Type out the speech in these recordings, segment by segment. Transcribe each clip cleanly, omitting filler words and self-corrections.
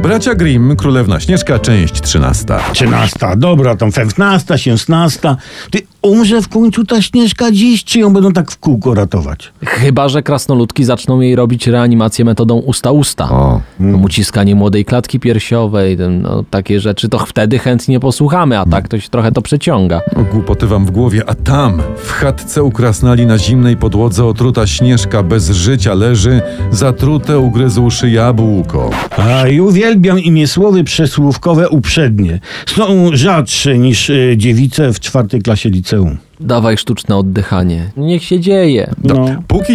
Bracia Grimm, Królewna Śnieżka, część 13. 13, dobra, tam 15, 16. Ty, umrze w końcu ta Śnieżka dziś, czy ją będą tak w kółko ratować? Chyba że krasnoludki zaczną jej robić reanimację metodą usta-usta. Uciskanie młodej klatki piersiowej, takie rzeczy, to wtedy chętnie posłuchamy, a tak to się trochę to przeciąga. Głupoty wam w głowie, a tam, w chatce u krasnali na zimnej podłodze otruta Śnieżka bez życia leży, zatrute ugryzłszy jabłko. A i uwielbiam imiesłowy przesłówkowe uprzednie. Są rzadsze niż dziewice w 4. klasie liceum. Dawaj sztuczne oddychanie. Niech się dzieje. No.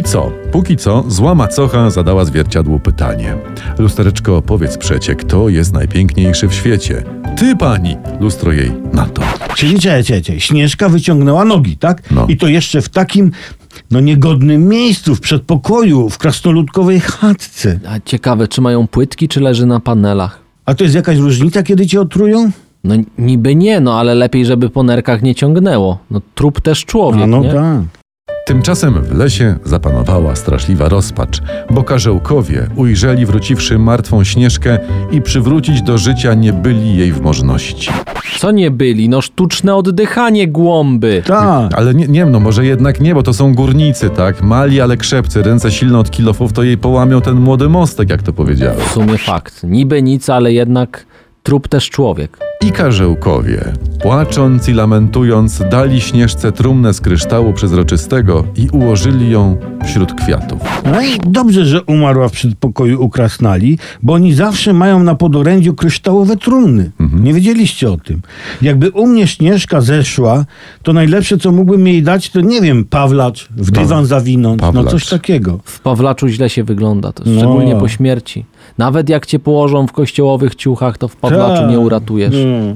Póki co, zła macocha zadała zwierciadłu pytanie. Lustereczko, powiedz przecie, kto jest najpiękniejszy w świecie? Ty, pani! Lustro jej na to. Czyli Śnieżka wyciągnęła nogi, tak? No. I to jeszcze w takim, niegodnym miejscu, w przedpokoju, w krasnoludkowej chatce. A ciekawe, czy mają płytki, czy leży na panelach? A to jest jakaś różnica, kiedy cię otrują? No niby nie, ale lepiej, żeby po nerkach nie ciągnęło. Trup też człowiek, nie? Tak. Tymczasem w lesie zapanowała straszliwa rozpacz, bo karzełkowie ujrzeli wróciwszy martwą Śnieżkę i przywrócić do życia nie byli jej w możności. Co nie byli? Sztuczne oddychanie, głąby. Tak. Ale nie, może jednak nie, bo to są górnicy, tak? Mali, ale krzepcy, ręce silne od kilofów, to jej połamią ten młody mostek, jak to powiedziałem. W sumie fakt. Niby nic, ale jednak trup też człowiek. I karzełkowie, płacząc i lamentując, dali Śnieżce trumnę z kryształu przezroczystego i ułożyli ją wśród kwiatów. No i dobrze, że umarła w przedpokoju u krasnali, bo oni zawsze mają na podorędziu kryształowe trumny. Nie wiedzieliście o tym. Jakby u mnie Śnieżka zeszła, to najlepsze, co mógłbym jej dać, to nie wiem, pawlacz, w dywan zawinąć, coś takiego. W Pawlaczu źle się wygląda, to szczególnie po śmierci. Nawet jak cię położą w kościołowych ciuchach, to w Pawlaczu nie uratujesz.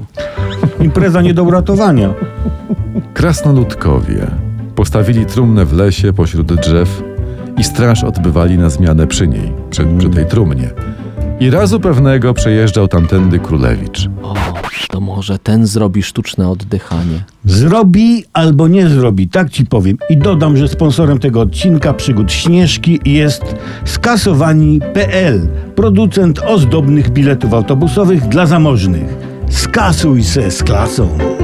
Impreza nie do uratowania. Krasnoludkowie postawili trumnę w lesie pośród drzew i straż odbywali na zmianę przy niej, przy tej trumnie. I razu pewnego przejeżdżał tamtędy królewicz. O, to może ten zrobi sztuczne oddychanie. Zrobi albo nie zrobi, tak ci powiem. I dodam, że sponsorem tego odcinka przygód Śnieżki jest skasowani.pl, producent ozdobnych biletów autobusowych dla zamożnych. Skasuj se z klasą.